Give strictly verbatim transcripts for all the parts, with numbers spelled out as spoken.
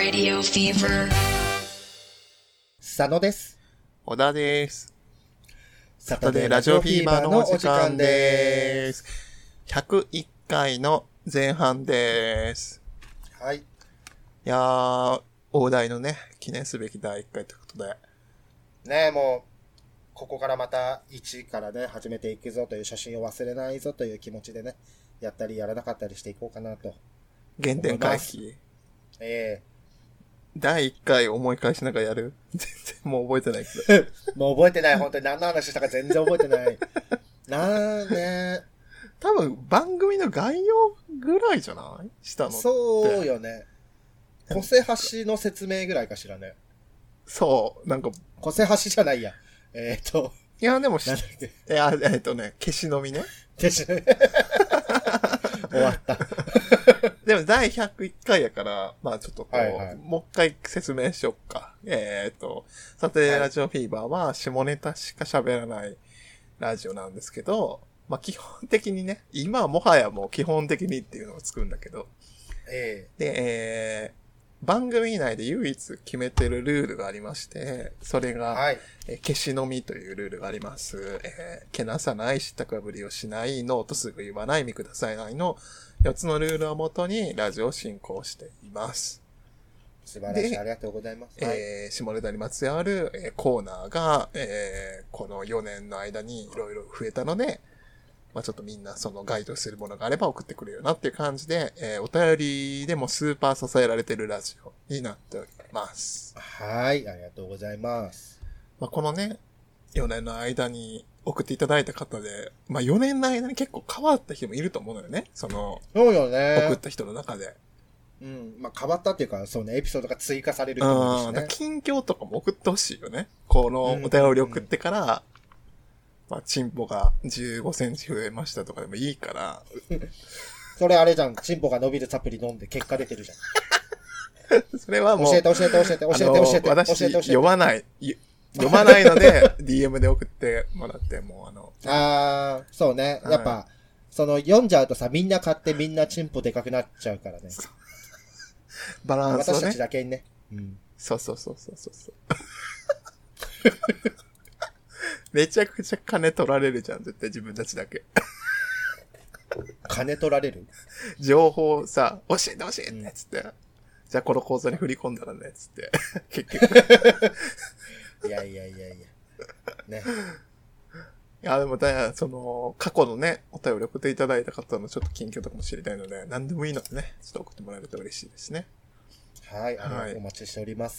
Radio Fever 佐野です。 小田です。 サタデーラジオフィーバーのお時間です。 ひゃくいっかいの前半です。 はい。 いやー、大台のね、記念すべきだいいっかいということで。 ねえ、もう、ここからまたいちからね、始めていくぞという、初心を忘れないぞという気持ちでね、やったりやらなかったりしていこうかなと。 原点回帰。 ええだいいっかい思い返しながらやる全然もう覚えてないけど。 もう覚えてない、本当に何の話したか全然覚えてない。なーね多分番組の概要ぐらいじゃないしたのって。 そうよね。個性橋の説明ぐらいかしらね。 そう、なんか。 個性橋じゃないや。えっ、ー、と。 いや、でもし、 なんだっけ。 いや、えっ、ー、とね、消し飲みね。 消し飲み。終わった。 でもだいひゃくいっかいやから、まあちょっとこう、 はいはい、 もう一回説明しよっか。えっ、ー、と、サタデーラジオフィーバーは下ネタしか喋らないラジオなんですけど、まあ基本的にね、今はもはやもう基本的にっていうのを作るんだけど、 ええで、えー、番組内で唯一決めてるルールがありまして、それが、 はい、 えー、消し飲みというルールがあります。えー、けなさない、知ったかぶりをしない、ノーとすぐ言わない、見下さないのよっつのルールをもとにラジオを進行しています。 素晴らしい。ありがとうございます。 えー、下ネタにまつわる、えー、コーナーが、えー、このよねんの間にいろいろ増えたので、まあちょっとみんなその該当するものがあれば送ってくれよなっていう感じで、えー、お便りでもスーパー支えられてるラジオになっております。 はい、ありがとうございます。 まあこのね、よねんの間に送っていただいた方で、まあよねんの間に結構変わった人もいると思うのよね。その、 そうよね。 送った人の中で。 うん。まあ変わったっていうか、そうね、エピソードが追加される人もいるしね。 近況とかも送ってほしいよね。このお便り送ってから、うんうんうん、まあチンポがじゅうごセンチ増えましたとかでもいいから。 それあれじゃん。チンポが伸びるサプリ飲んで結果出てるじゃん。 それはもう。 教えて教えて教えて教えて教えて。 私、 教えて教えて読まない。読まないので、ディーエム で送ってもらって、もうあの。 あー、そうね。やっぱ、はい、その、読んじゃうとさ、みんな買ってみんなチンポでかくなっちゃうからね。 バランスをね。 私たちだけにね。 うん。そうそうそうそうそう。めちゃくちゃ金取られるじゃん、絶対自分たちだけ。 金取られる情報さ、教えて教えてっつって、うん。じゃあこの口座に振り込んだらね、つって。結局。 いやいやいやいや。ね。 いや、でもだ、その、過去のね、お便り送っていただいた方のちょっと近況とかも知りたいので、何でもいいのでね、ちょっと送ってもらえると嬉しいですね。 はい、あの、はい、お待ちしております。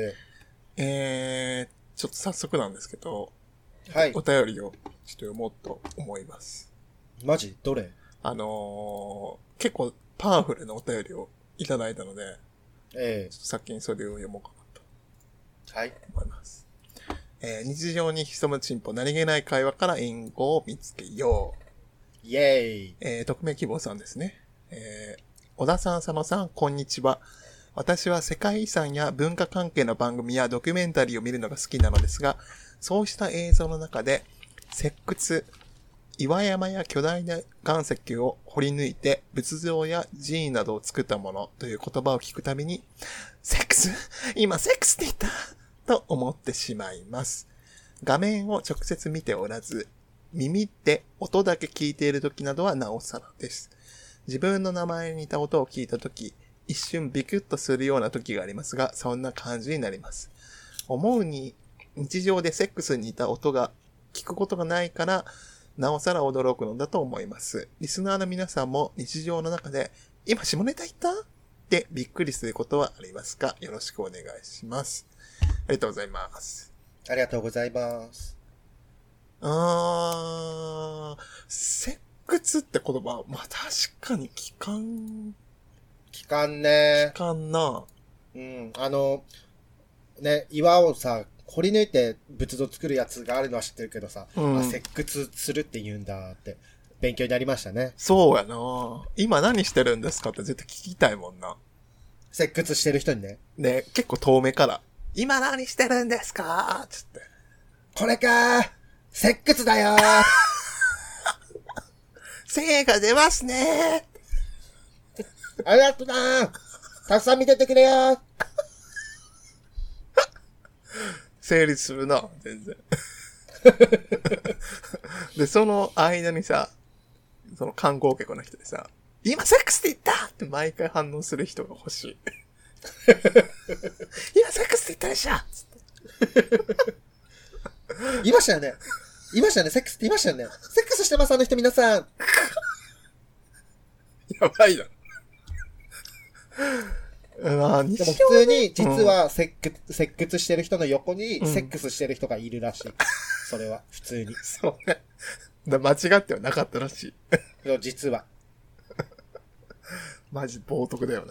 えー、ちょっと早速なんですけど、 はい。 お便りをちょっと読もうと思います。 マジ？どれ？ あのー、結構パワフルなお便りをいただいたので、 ええー。 ちょっと先にそれを読もうかなと。 はい。 思います。えー、日常に潜むチンポ、何気ない会話から因果を見つけよう。イェーイ。 えー、匿名希望さんですね。えー、小田さん、佐野さん、こんにちは。私は世界遺産や文化関係の番組やドキュメンタリーを見るのが好きなのですが、そうした映像の中で、石窟、岩山や巨大な岩石を掘り抜いて仏像や寺院などを作ったものという言葉を聞くたびに、セックス？今セックスって言ったと思ってしまいます。画面を直接見ておらず、耳で音だけ聞いているときなどはなおさらです。自分の名前に似た音を聞いたとき、一瞬ビクッとするような時がありますが、そんな感じになります。思うに、日常でセックスに似た音が聞くことがないから、なおさら驚くのだと思います。リスナーの皆さんも日常の中で、今下ネタ言ったってびっくりすることはありますか？よろしくお願いします。ありがとうございます。 ありがとうございます。 あー、セックスって言葉、まあ、確かに聞かん。 聞かんね。 聞かんな。 うん、あの、ね、岩をさ、掘り抜いて仏像作るやつがあるのは知ってるけどさ、うん、あ、石窟するって言うんだって勉強になりましたね。 そうやな。今何してるんですかって絶対聞きたいもんな。 石窟してる人にね。 ね、結構遠目から。今何してるんですかつって。 これかー石窟だよー精が出ますねーありがとなーたくさん見ててくれよー成立するな、全然。で、その間にさ、その観光客の人でさ、今セックスって言ったって毎回反応する人が欲しい。今セックスって言ったでしょいましたよね。いましたよね。セックスって言いましたよね。セックスしてます、あの人皆さん。 やばいな。まあ、 でも普通に、実はセック、うん、セックスしてる人の横に、セックスしてる人がいるらしい。うん、それは、普通に。 そうね。だ間違ってはなかったらしい。 実は。 マジ冒涜だよね。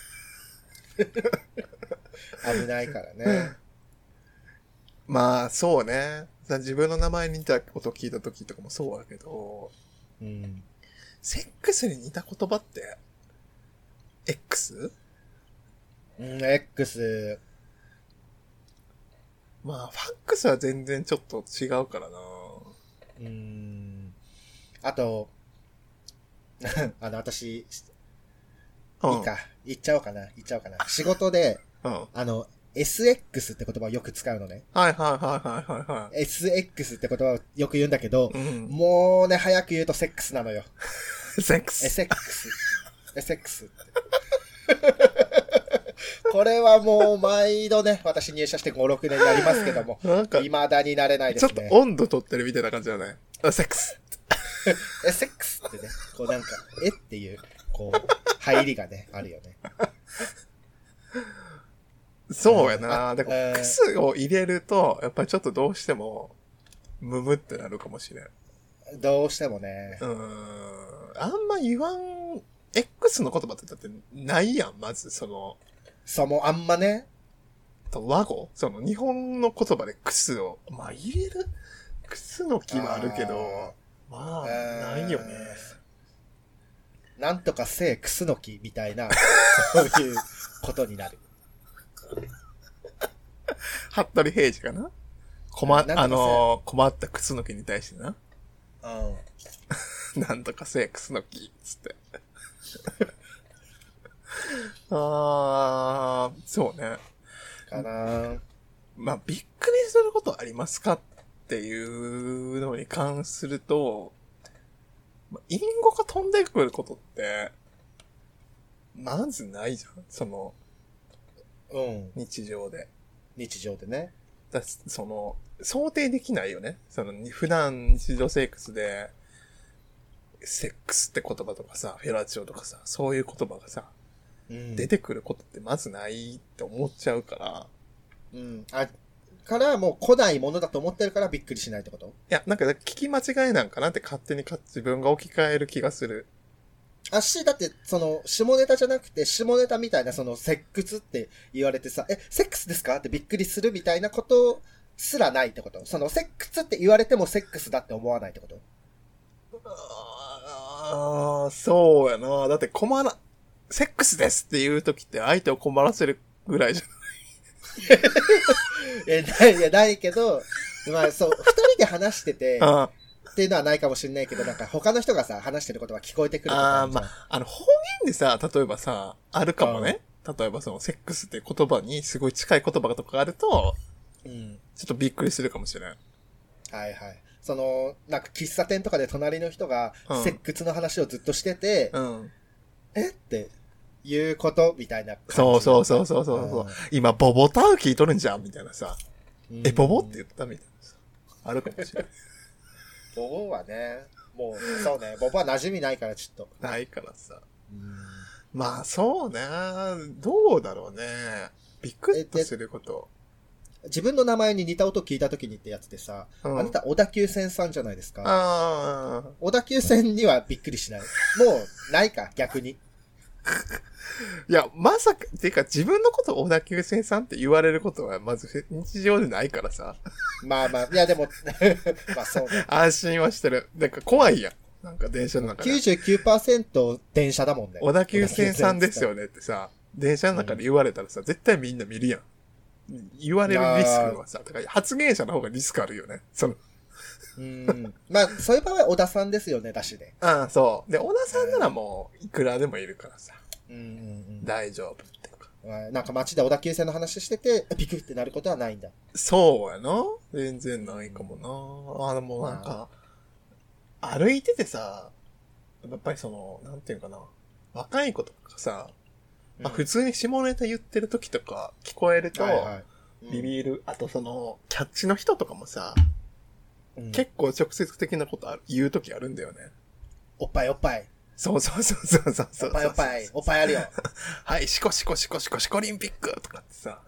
危ないからね。 まあ、そうね。自分の名前に似たこと聞いた時とかもそうだけど、 うん、 セックスに似た言葉って、X？ うん、X。 まあ、ファックスは全然ちょっと違うからな。 うーん。あと、あの、私、 うん、 いいか。言っちゃおうかな。言っちゃおうかな。仕事で、 うん、 あの、エスエックス って言葉をよく使うのね。 はいはいはいはいはいはい。 エスエックス って言葉をよく言うんだけど、 うん、 もうね、早く言うとセックスなのよ。 セックス。 エスエックス。エスエックス って。これはもう毎度ね、私入社してご、ろくねんになりますけども、 なんか、 未だになれないですね。 ちょっと温度取ってるみたいな感じだね。セックス。 エスエックス ってね、こうなんか、えっていう、こう、入りがね、あるよね。 そうやな。だから、クスを入れると、やっぱりちょっとどうしても、ムムってなるかもしれん。 どうしてもね。 うーん。あんま言わん、X の言葉ってだってないやん、まず、その。 そう、もうあんまね。 と、和語その、日本の言葉でクスを、まあ入れるクスの気はあるけど、まあ、ないよね。 なんとかせいクスの木みたいな、そういうことになる。 服部平次かな困、あのー、困ったクスの木に対してな。 うん。 なんとかせいクスの木、つって。あー、そうね。 かなまあ、びっくりすることありますかっていうのに関すると、隠語が飛んでくることって、まずないじゃん。その、 うん。 日常で。 日常でね。 だその、想定できないよね。その、普段日常セックスで、セックスって言葉とかさ、フェラチオとかさ、そういう言葉がさ、うん、出てくることってまずないって思っちゃうから。 うん。あ、からもう来ないものだと思ってるからびっくりしないってこと？いや、なんか聞き間違いなんかなって勝手にか自分が置き換える気がする。 あし、だって、その、下ネタじゃなくて、下ネタみたいな、その、セックスって言われてさ、え、セックスですかってびっくりするみたいなことすらないってこと？その、セックスって言われてもセックスだって思わないってこと？ ああ、そうやな。だって困ら、セックスですって言うときって相手を困らせるぐらいじゃないえ、ない、いや、ないけど、まあ、そう、二人で話してて、 ああっていうのはないかもしれないけど、なんか他の人がさ、話してることが聞こえてくるとかあああ、まあ、あの、方言でさ、例えばさ、あるかもね。例えばその、セックスって言葉にすごい近い言葉とかがあると、うん。ちょっとびっくりするかもしれん。 はいはい。その、なんか喫茶店とかで隣の人が、セックスの話をずっとしてて、うん。えっていうことみたいな感じ。 そうそうそうそうそうそう、うん。今、ボボタウ聞いとるんじゃんみたいなさ。え、ボボって言ったみたいなさ。あるかもしれない。 ボボはね、もう、そうね、ボボは馴染みないからちょっと。 ないからさ。まあ、そうね。どうだろうね。びっくりすること。 自分の名前に似た音聞いた時にってやつでさ、うん、あなた小田急線さんじゃないですか。あ小田急線にはびっくりしない。もう、ないか、逆に。 いや、まさか、てか自分のことを小田急線さんって言われることはまず日常でないからさ。 まあまあ、いやでも、まあそうね。 安心はしてる。なんか怖いやん。なんか電車の中で。 きゅうじゅうきゅうパーセント 電車だもんね。 小田急線さんですよねってさ、電車の中で言われたらさ、うん、絶対みんな見るやん。言われるリスクはさ、だから発言者の方がリスクあるよね。その。 うん。まあ、そういう場合は小田さんですよね、だしで。 ああ、そう。で、小田さんならもう、いくらでもいるからさ。 うんうんうん、 大丈夫っていうか。 なんか街で小田急線の話してて、ピクってなることはないんだ。 そうやな。全然ないかもな。あ、でもなんか、歩いててさ、やっぱりその、なんていうかな。若い子とかさ、 うん、 まあ、普通に下ネタ言ってる時とか聞こえると、 はいはいうん、 ビビる。あとその、キャッチの人とかもさ、うん、結構直接的なことある言う時あるんだよね。 おっぱいおっぱい。 そうそうそうそうそうそう。 おっぱいおっぱい。おっぱいあるよ。 はい、シコシコシコシコシコリンピックとかってさ。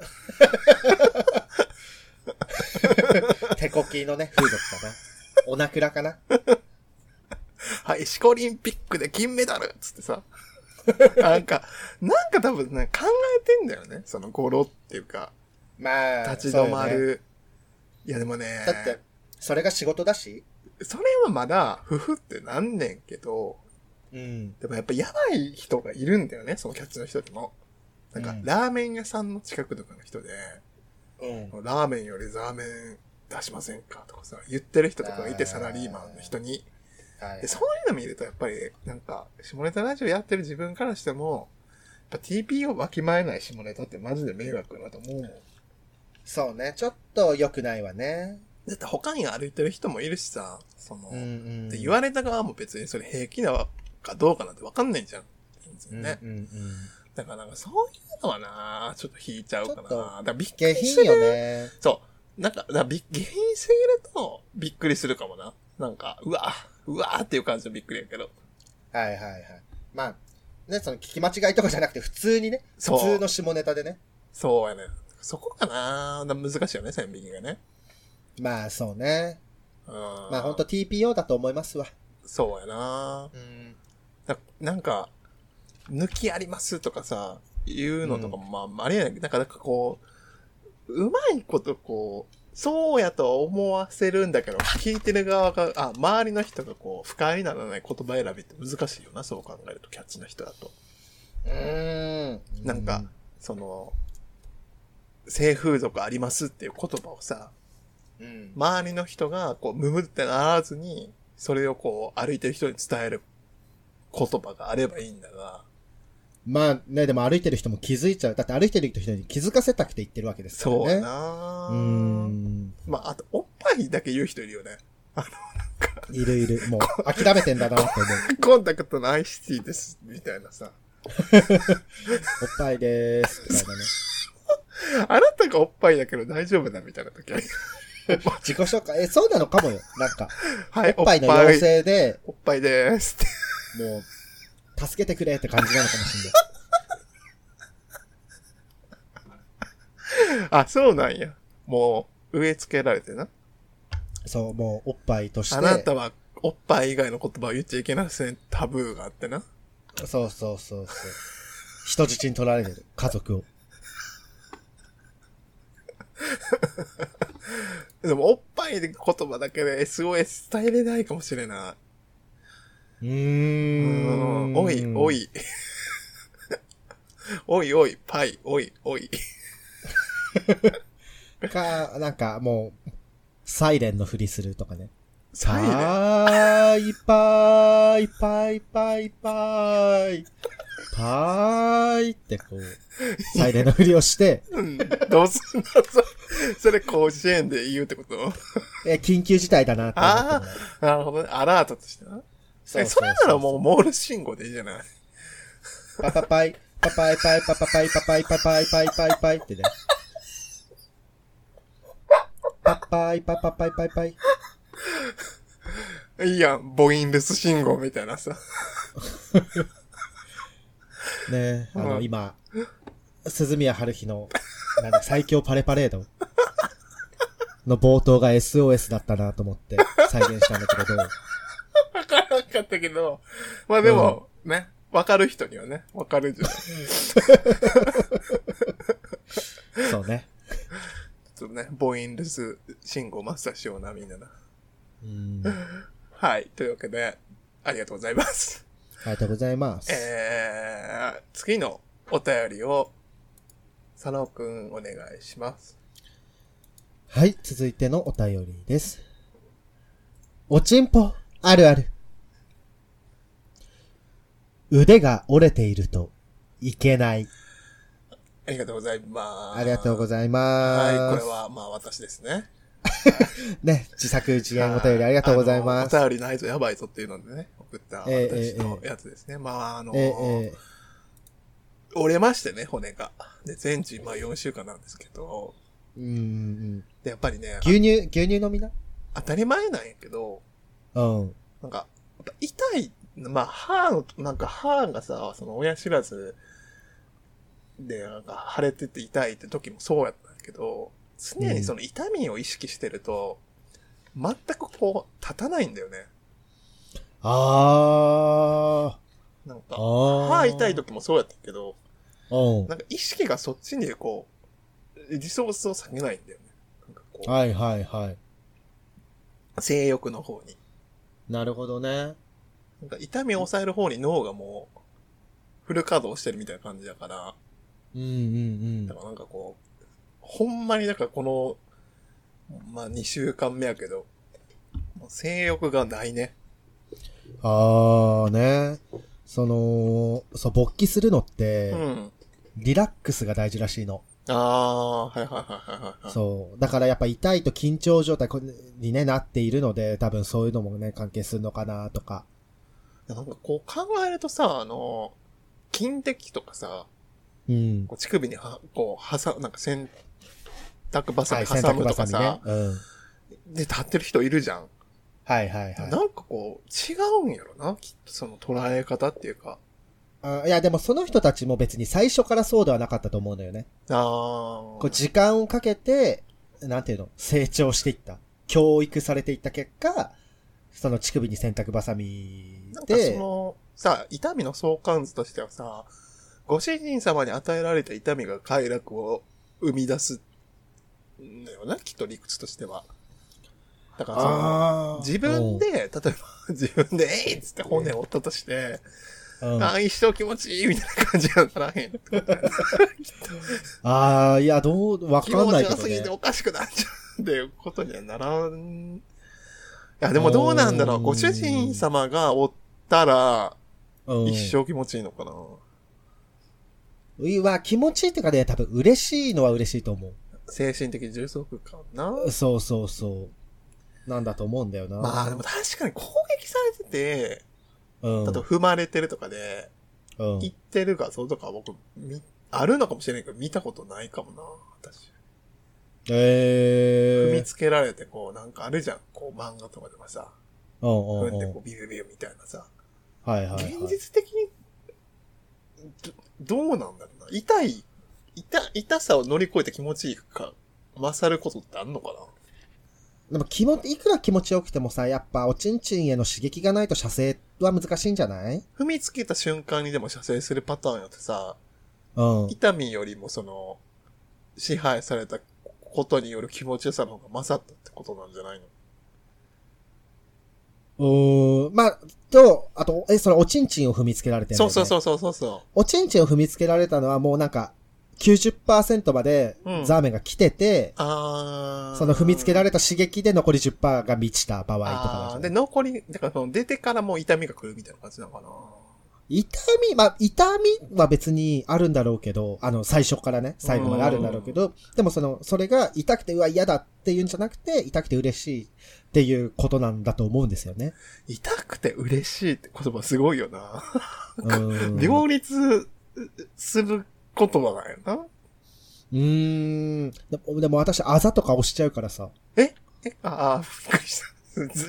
手こきのね、風俗かな。おなくらかな。 はい、シコリンピックで金メダルつってさ。なんか、なんか多分ね、考えてんだよね。その語呂っていうか。 まあ、 立ち止まる。ね、いやでもね。 だって、それが仕事だしそれはまだ、ふふってなんねんけど、 うん。 でもやっぱやばい人がいるんだよね、そのキャッチの人でも。なんか、うん、ラーメン屋さんの近くとかの人で、うん、ラーメンよりザーメン出しませんかとかさ、言ってる人とかがいて、サラリーマンの人に。でそういうの見るとやっぱり、なんか、下ネタラジオやってる自分からしても、やっぱ ティーピー をわきまえない下ネタってマジで迷惑だと思うもん。 そうね、ちょっと良くないわね。 だって他に歩いてる人もいるしさ、その、 うんうん、 で言われた側も別にそれ平気なかどうかなんてわかんないじゃん。全然ね。 うんうんうん、 だからなんかそういうのはなちょっと引いちゃうかな。だからびっくりする。下品よね。 そう。なんか、だび下品すぎるとびっくりするかもな。なんか、うわ、うわーっていう感じのびっくりやけど。 はいはいはい。まあ、ね、その聞き間違いとかじゃなくて普通にね。普通の下ネタでね。 そうやね。そこかな難しいよね、線引きがね。 まあそうね。 うん。 まあほんと ティーピーオー だと思いますわ。 そうやなうん。だなんか、抜きありますとかさ、言うのとかもまあ、ありえない。なんか、なんかこう、うまいことこう、そうやと思わせるんだけど、聞いてる側が、あ、周りの人がこう、不快にならない言葉選びって難しいよな、そう考えると、キャッチの人だと。 うーん。 なんか、その、性風俗ありますっていう言葉をさ、うん、周りの人がこう、むむってならずに、それをこう、歩いてる人に伝える言葉があればいいんだが、 まあね、でも歩いてる人も気づいちゃう。だって歩いてる人に気づかせたくて言ってるわけですからね。 そうやなうーん。 まあ、あと、おっぱいだけ言う人いるよね。あの、なんか。 いるいる。もう、諦めてんだなって思う。 コンタクトのアイシティです、みたいなさ。 おっぱいでーす、みたいなね。 あなたがおっぱいだけど大丈夫だ、みたいな時ある。 自己紹介、え、そうなのかもよ。なんか。 はい、 おっぱいの妖精で。 おっぱいでーすって。もう、助けてくれって感じなのかもしれない。あ、そうなんや。もう、植え付けられてな。 そう、もう、おっぱいとして。 あなたは、おっぱい以外の言葉を言っちゃいけないですね。タブーがあってな。 そうそうそうそう。人質に取られてる。家族を。 でも、おっぱいで言葉だけで エスオーエス 伝えれないかもしれない。 うーん。 おい、おい。おいおい、パイ、おい、おい。 か、なんかもう、サイレンのふりするとかね。 サイレンパイパイパイパイパイパイってこう、サイレンのふりをして。 うん、どうすんのそれ甲子園で言うってことえ、緊急事態だなって思ってもらう。 ああ、なるほどね。アラートとしてな。そうそうそうそう。それならもうモール信号でいいじゃない。 パパパイ、パパイパイパパパイパパイパパイパイパイパイってね。パパイパパパイパイパイ。 いいやん、母音レス信号みたいなさ。 ねえ、あの、うん、今、鈴宮春日の、なんだ、最強パレパレードの冒頭が エスオーエス だったなと思って再現したんだけど。 わからなかったけど、まあでも、うん、ね、わかる人にはね、わかるじゃん。 そうね。 ちょっとね、母音レス信号マスターしような、みんなな。 うんはい。というわけで、ありがとうございます。 ありがとうございます。 えー、次のお便りを、佐野くんお願いします。 はい。続いてのお便りです。おちんぽ、あるある。腕が折れているといけない。 えありがとうございます。 ありがとうございます。 はい、これはまあ私ですね。 ね、自作自演お便りありがとうございます。 お便りないとやばいぞっていうのでね、送った私のやつですね。えーえー、まああのーえーえー、折れましてね、骨が。で、全治まあよんしゅうかんなんですけど。 うんうん。 で、やっぱりね。 牛乳、牛乳飲みな？ 当たり前なんやけど。 うん。 なんか、痛い、まあ歯の、なんか歯がさ、その親知らずでなんか腫れてて痛いって時もそうやったんやけど、常にその痛みを意識してると、うん、全くこう、立たないんだよね。 あー。なんか、歯痛い時もそうやったけど、 うん。 なんか意識がそっちにこう、リソースを下げないんだよね。なんかこう。 はいはいはい。 性欲の方に。 なるほどね。 なんか痛みを抑える方に脳がもう、フル稼働してるみたいな感じだから。 うんうんうん。 だからなんかこう、ほんまにだからこの、まあにしゅうかんめやけど、性欲がないね。 あーね。その、そう、勃起するのって、うん、リラックスが大事らしいの。 ああ、はいはいはいはい、はい。 そう。だからやっぱ痛いと緊張状態に、ね、なっているので、多分そういうのもね、関係するのかなとか。 なんかこう考えるとさ、あの、金滴とかさ、 うん。 こう乳首には、こう、はさ、なんか洗濯バサミ挟むとかさ、はいね、うん、で、立ってる人いるじゃん。 はいはいはい。 なんかこう、違うんやろな、きっとその捉え方っていうか。 あいや、でもその人たちも別に最初からそうではなかったと思うんだよね。 ああ。 こう時間をかけて、なんていうの、成長していった。教育されていった結果、その乳首に洗濯バサミで。 なんかその、さ、痛みの相関図としてはさ、ご主人様に与えられた痛みが快楽を生み出すんだよな、きっと理屈としては。だからその、自分で、例えば自分で、えいっつって骨を折ったとして、うん、ああ、一生気持ちいいみたいな感じにならへんってことやな。 ああ、いや、どう、わかんないけど、ね。気持ちよすぎておかしくなっちゃうっていうことにはならん。いや、でもどうなんだろう。ご主人様が折ったら、一生気持ちいいのかな。 いや、気持ちいいってかね、多分嬉しいのは嬉しいと思う。 精神的充足感な。 そうそうそう。なんだと思うんだよな。 まあでも確かに攻撃されてて、 うん、 だと踏まれてるとかで、うん、言ってる画像とか僕、み、あるのかもしれないけど、見たことないかもな、私。 えー。 踏みつけられて、こう、なんかあるじゃん、こう漫画とかでもさ。 うんうんうん、 踏んでこう、ビビビビみたいなさ。 はいはい、はい。 現実的にど、どうなんだろうな。痛い、痛、痛さを乗り越えて気持ちいいか、勝ることってあんのかな。 でも気持ち、いくら気持ちよくてもさ、やっぱおちんちんへの刺激がないと射精は難しいんじゃない？ 踏みつけた瞬間にでも射精するパターンやってさ、 うん、 痛みよりもその、支配されたことによる気持ちよさの方が勝ったってことなんじゃないの？ うーん、まあ、と、あと、え、それおちんちんを踏みつけられてるんだよね。 そうそうそうそうそう。 おちんちんを踏みつけられたのはもうなんか、きゅうじゅっパーセント までザーメンが来てて、うん、あその踏みつけられた刺激で残り じゅっパーセント が満ちた場合とかで、残り、だからその出てからもう痛みが来るみたいな感じなのかな。 痛み、まあ、痛みは別にあるんだろうけど、あの、最初からね、最後まであるんだろうけど、でもその、それが痛くてうわ嫌だっていうんじゃなくて、痛くて嬉しいっていうことなんだと思うんですよね。 痛くて嬉しいって言葉すごいよな。両立する言葉だよな。 うーん。でも、でも私、あざとか押しちゃうからさ。 ええああ、びっくりした。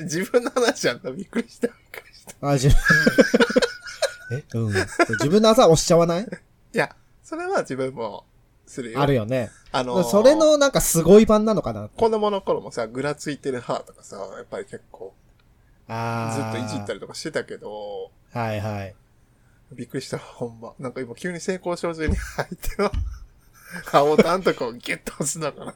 自分の話やった。びっくりした。びっくりした。 あ、自分。えうん。自分のあざ押しちゃわない？ いや、それは自分もするよ。 あるよね。 あのー、 それのなんかすごい版なのかな。 子供の頃もさ、ぐらついてる歯とかさ、やっぱり結構、 あずっといじったりとかしてたけど、 はいはい。 びっくりした、ほんま。なんか今急に成功症中に入っての、顔たんとかをギュッと押すのかなと思って。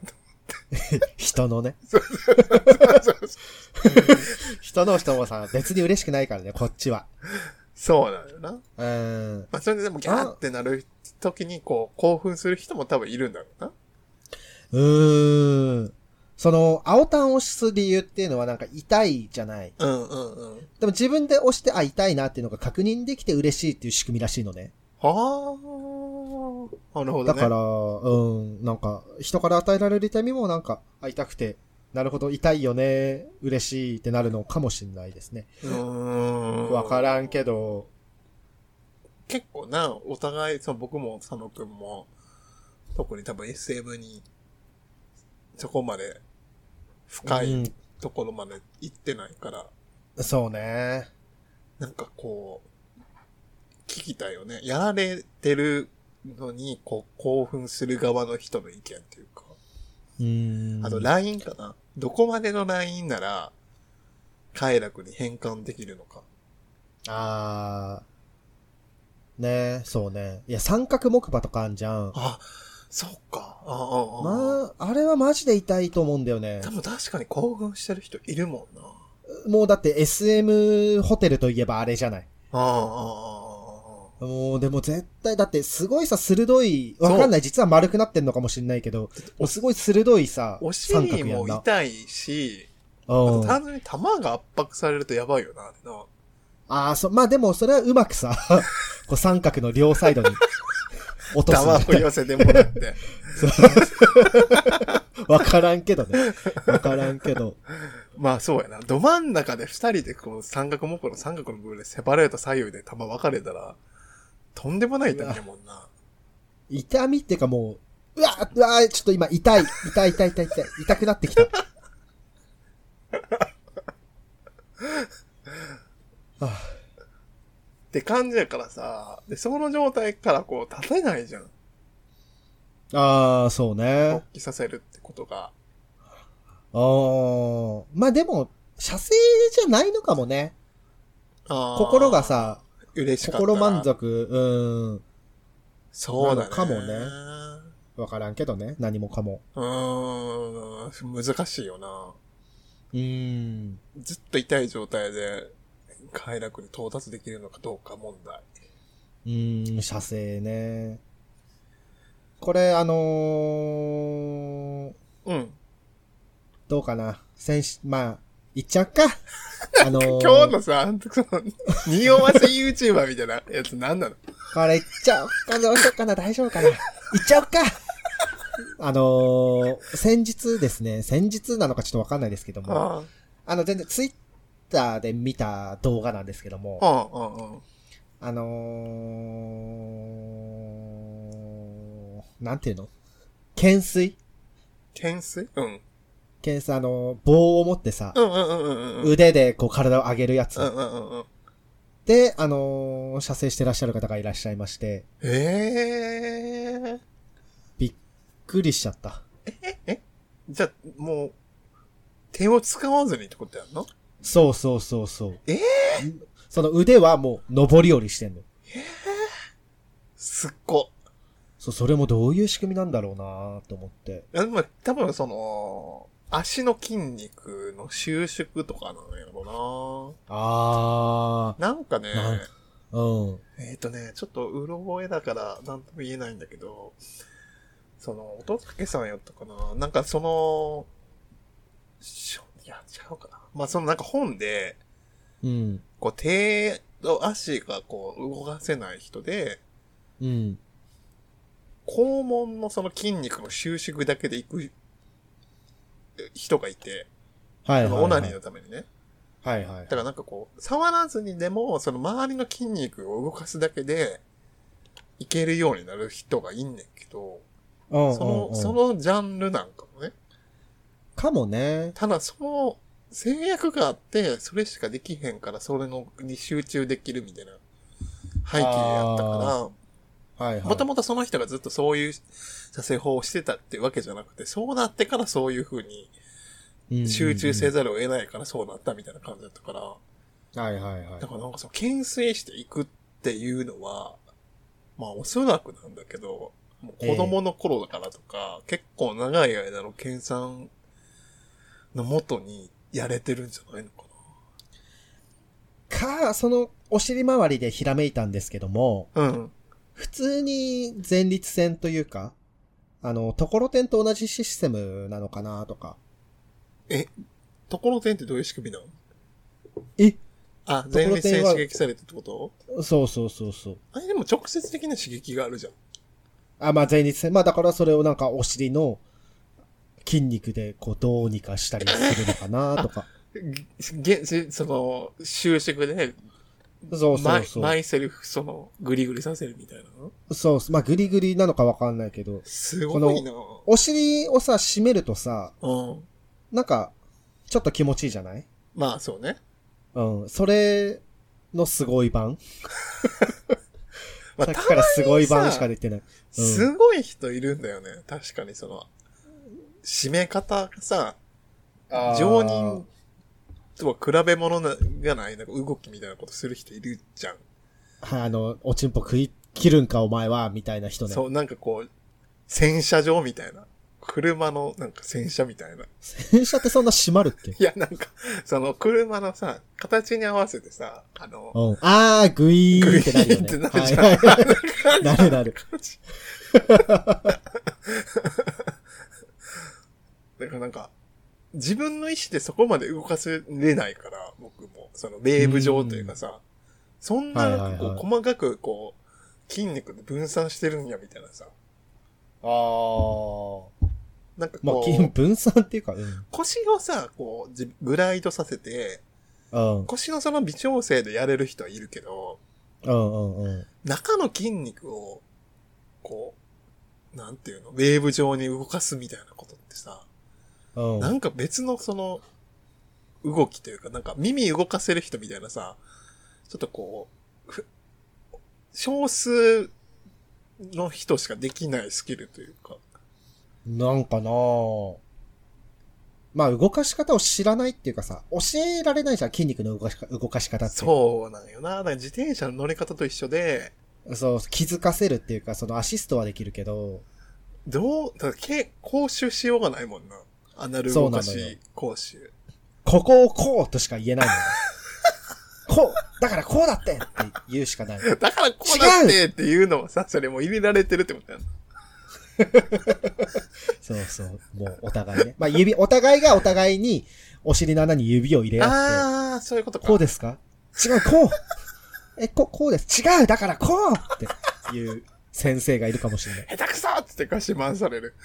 人のね。 そうそうそう人の人もさ、別に嬉しくないからね、こっちは。 そうなのよな。 うん。 まあ、それででもギャーってなる時にこう、興奮する人も多分いるんだろうな。 うーん。その、青タンを押す理由っていうのはなんか痛いじゃない。 うんうんうん。 でも自分で押して、あ、痛いなっていうのが確認できて嬉しいっていう仕組みらしいのね。 はなるほどね。 だから、うん、なんか、人から与えられる痛みもなんか、会いたくて、なるほど、痛いよね、嬉しいってなるのかもしれないですね。 うーん。 わからんけど。 結構な、お互い、その僕も佐野くんも、特に多分 エスエム に、そこまで、深いところまで行ってないから。 うん、そうね。 なんかこう、聞きたいよね。やられてるのに、こう、興奮する側の人の意見っていうか。 うーん。 あと、ライン かな。どこまでの ライン なら、快楽に変換できるのか。 あー。ねそうね。いや、三角木馬とかあんじゃん。 あ、そっか。ああ、 まあ、あれはマジで痛いと思うんだよね。 多分確かに興奮してる人いるもんな。 もうだって エスエム ホテルといえばあれじゃない。 ああ、ああ、 もうでも絶対、だってすごいさ、鋭い、わかんない、実は丸くなってんのかもしんないけど、もうすごい鋭いさ、 お尻も痛いし、あと単純に玉が圧迫されるとやばいよな、あれな。 ああ、そ、まあでもそれはうまくさ、こう三角の両サイドに落とす。 玉を寄せてもらって。 わからんけどね。わからんけど。 まあそうやな。ど真ん中で二人でこう三角木馬の三角の部分でセパレート左右で玉分かれたら、とんでもない痛みやもんな。 痛みっていうかもう、うわうわちょっと今痛い。痛い痛い痛い痛い。痛くなってきた。 はあ、って感じやからさ、で、その状態からこう立てないじゃん。 ああ、そうね。 勃起させるってことが。 ああ、まあでも、射精じゃないのかもね。あ心がさ、 嬉しかった。 心満足、うん。 そうだね。 かもね。わからんけどね。何もかも。 うーん、難しいよな。 うーん。 ずっと痛い状態で快楽に到達できるのかどうか問題。 うーん、射精ね。これ、あのー、 うん。 どうかな。先週、まあ、言っちゃうか。あのー、 今日のさ、その、匂わせ YouTuber みたいなやつ何なの？ これ言っちゃおうか、どうしようかな、大丈夫かな。言っちゃおうか。あのー、先日ですね、先日なのかちょっとわかんないですけども、あ, あの、全然ツイッターで見た動画なんですけども、 あ, あ, あ, あのー、なんていうの？懸垂？ 懸垂？うん。 懸垂、あの、棒を持ってさ、 うんうんうんうんうん、 腕でこう体を上げるやつ。 うんうんうんうん、 で、あのー、射精してらっしゃる方がいらっしゃいまして。 えー。 びっくりしちゃった。 ええじゃあ、もう、手を使わずにってことやんの？ そうそうそうそう。 えー、 その腕はもう上り下りしてんの。 えー、すっご。 そう、それもどういう仕組みなんだろうなと思って。 いや、でも多分その、足の筋肉の収縮とかなのやろな。 あー。なんかね、 うん。 えっとね、ちょっとうろ覚えだからなんとも言えないんだけど、その、乙武さんやったかな、なんかその、しょ、いや、違うかな。まあ、そのなんか本で、 うん。 こう手と足がこう動かせない人で、 うん。 肛門のその筋肉の収縮だけでいく人がいて、 はいはい、はい。 オナニーのためにね。 はいはい。 だからなんかこう、触らずにでも、その周りの筋肉を動かすだけで、いけるようになる人がいんねんけど、 うんうんうん、 その、そのジャンルなんかもね。 かもね。 ただその制約があって、それしかできへんから、それのに集中できるみたいな背景やったから、はいはい。もともとその人がずっとそういう射精法をしてたってわけじゃなくて、そうなってからそういう風に集中せざるを得ないからそうなったみたいな感じだったから。 はいはいはい。 だからなんかその懸垂していくっていうのは、まあおそらくなんだけど、もう子供の頃だからとか、えー、結構長い間の研鑽のもとにやれてるんじゃないのかな。か、そのお尻周りでひらめいたんですけども、 うん。 普通に前立腺というか、あの、ところてんと同じシステムなのかなとか。 え、ところてんってどういう仕組みなの？ えあ、前立腺刺激されてってこと？ そうそうそうそう。 あれでも直接的な刺激があるじゃん。 あ、まあ前立腺。まあだからそれをなんかお尻の筋肉でこうどうにかしたりするのかなとか。 げ、その、収縮で、 そうそうそう。 マイセルフ、その、グリグリさせるみたいなのそう、まあグリグリなのかわかんないけど。 すごいな。 お尻をさ、締めるとさ、 うん。 なんか、ちょっと気持ちいいじゃない？ まあそうね。 うん。それのすごい版。 まあ、 さっきからすごい版しか出てない。 うん、すごい人いるんだよね。確かにその、締め方がさ、常人とは比べ物がない、なんか動きみたいなことする人いるじゃん。 はい、あの、おちんぽ食い切るんかお前は、みたいな人ね。 そう、なんかこう、洗車場みたいな。車のなんか洗車みたいな。 洗車ってそんな閉まるっけ？ いや、なんか、その車のさ、形に合わせてさ、あの、 うん、あー、グイーンってなるよね。 グイーンってなるじゃん。 はいはい、なるなる。 だからなんか、自分の意思でそこまで動かせれないから、僕も、その、ウェーブ上というかさ、そんな、なんかこう、細かくこう、筋肉で分散してるんや、みたいなさ。 あー。 なんかこう、 まあ、分散っていうか、うん、 腰をさ、こう、グライドさせて、 うん、 腰のその微調整でやれる人はいるけど、 うんうんうん、 中の筋肉を、こう、なんていうの、ウェーブ状に動かすみたいなことってさ、 うん、 なんか別のその、動きというか、なんか耳動かせる人みたいなさ、ちょっとこう、少数の人しかできないスキルというか。 なんかなぁ。まあ動かし方を知らないっていうかさ、教えられないじゃん、筋肉の動かし動かし方って。 そうなんよな。だから自転車の乗り方と一緒で、 そう、気づかせるっていうか、そのアシストはできるけど、 どう、だから講習しようがないもんな。アナル動かし講習。 ここをこうとしか言えないもんね。こうだからこうだってって言うしかない。 だからこうだってっていうのはさ、それもう入れられてるってことやん。 そうそう。もうお互いね。まあ指、お互いがお互いにお尻の穴に指を入れ合って。 ああ、そういうことか。 こうですか？違う、こうえ、こ、こうです。違うだからこうっていう先生がいるかもしれない。 下手くそってかし回される。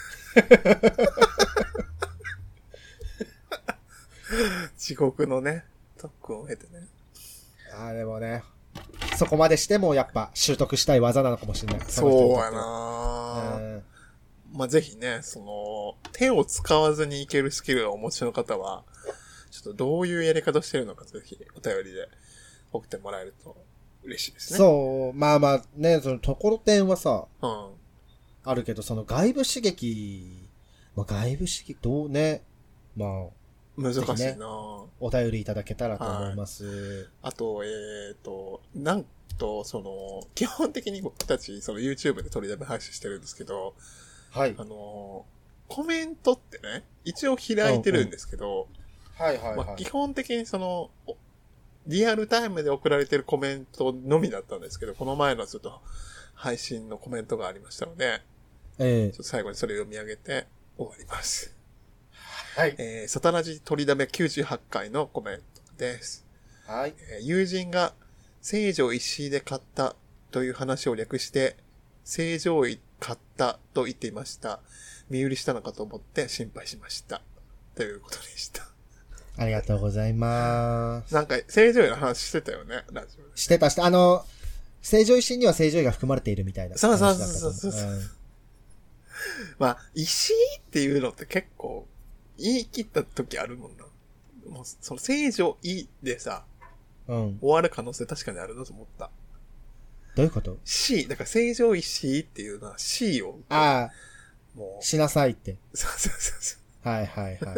地獄のね、特訓を経てね。 ああ、でもね、そこまでしてもやっぱ習得したい技なのかもしれない。 そうやな、うん、まあ、ぜひね、その、手を使わずにいけるスキルをお持ちの方は、ちょっとどういうやり方してるのかぜひお便りで送ってもらえると嬉しいですね。 そう、まあまあね、そのところてんはさ、 うん、 あるけど、その外部刺激、まあ外部刺激、どうね、まあ、 難しいな、ね、 お便りいただけたらと思います。 はい、あと、えっと、なんと、その、基本的に僕たち、その YouTube で取りだめ配信してるんですけど、 はい。 あの、コメントってね、一応開いてるんですけど、 うんうん、はいはいはい。 まあ、基本的にその、リアルタイムで送られてるコメントのみだったんですけど、この前のちょっと配信のコメントがありましたので、 ええー、 ちょっと最後にそれを読み上げて終わります。 はい。 えー、サタラジ取りだめきゅうじゅうはちかいのコメントです。 はい。 えー、友人が成城石井で買ったという話を略して、成城石買ったと言っていました。身売りしたのかと思って心配しました。ということでした。 ありがとうございます。 なんか、成城石の話してたよね、ラジオで。 してたして、あの、成城石井には成城石が含まれているみたいな。 そうそうそうそうそう、うん。まあ、石井っていうのって結構、言い切った時あるもんな。もう、その、成城石でさ、 うん。 終わる可能性確かにあるなと思った。 どういうこと ?C、だから成城石井っていうのは C を。 ああ。 もう。 しなさいって。 そうそうそうそう。 はいはいはい。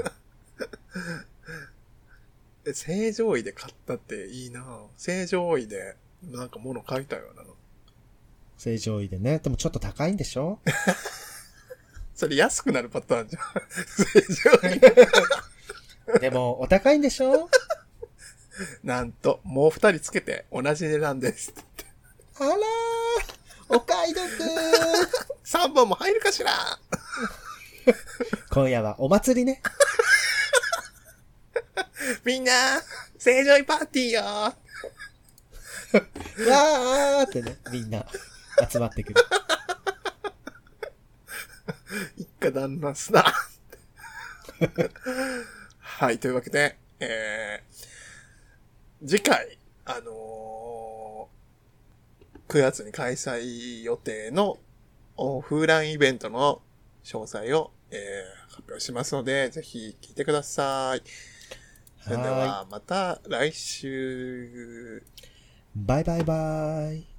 え、成城石で買ったっていいなぁ。成城石で、なんか物買いたいわな。 成城石でね。でもちょっと高いんでしょそれ安くなるパターンじゃん。成城石。 でも、お高いんでしょなんと、もう二人つけて同じ値段ですって。 あらー、お買い得三本も入るかしら今夜はお祭りね。 みんな、成城石パーティーよわーってね、みんな集まってくる。 か旦那すな。はい、というわけで、えー、次回、あのー、くがつに開催予定の風蘭イベントの詳細を、えー、発表しますので、ぜひ聞いてください。それでは、また来週。 バイバイバイ。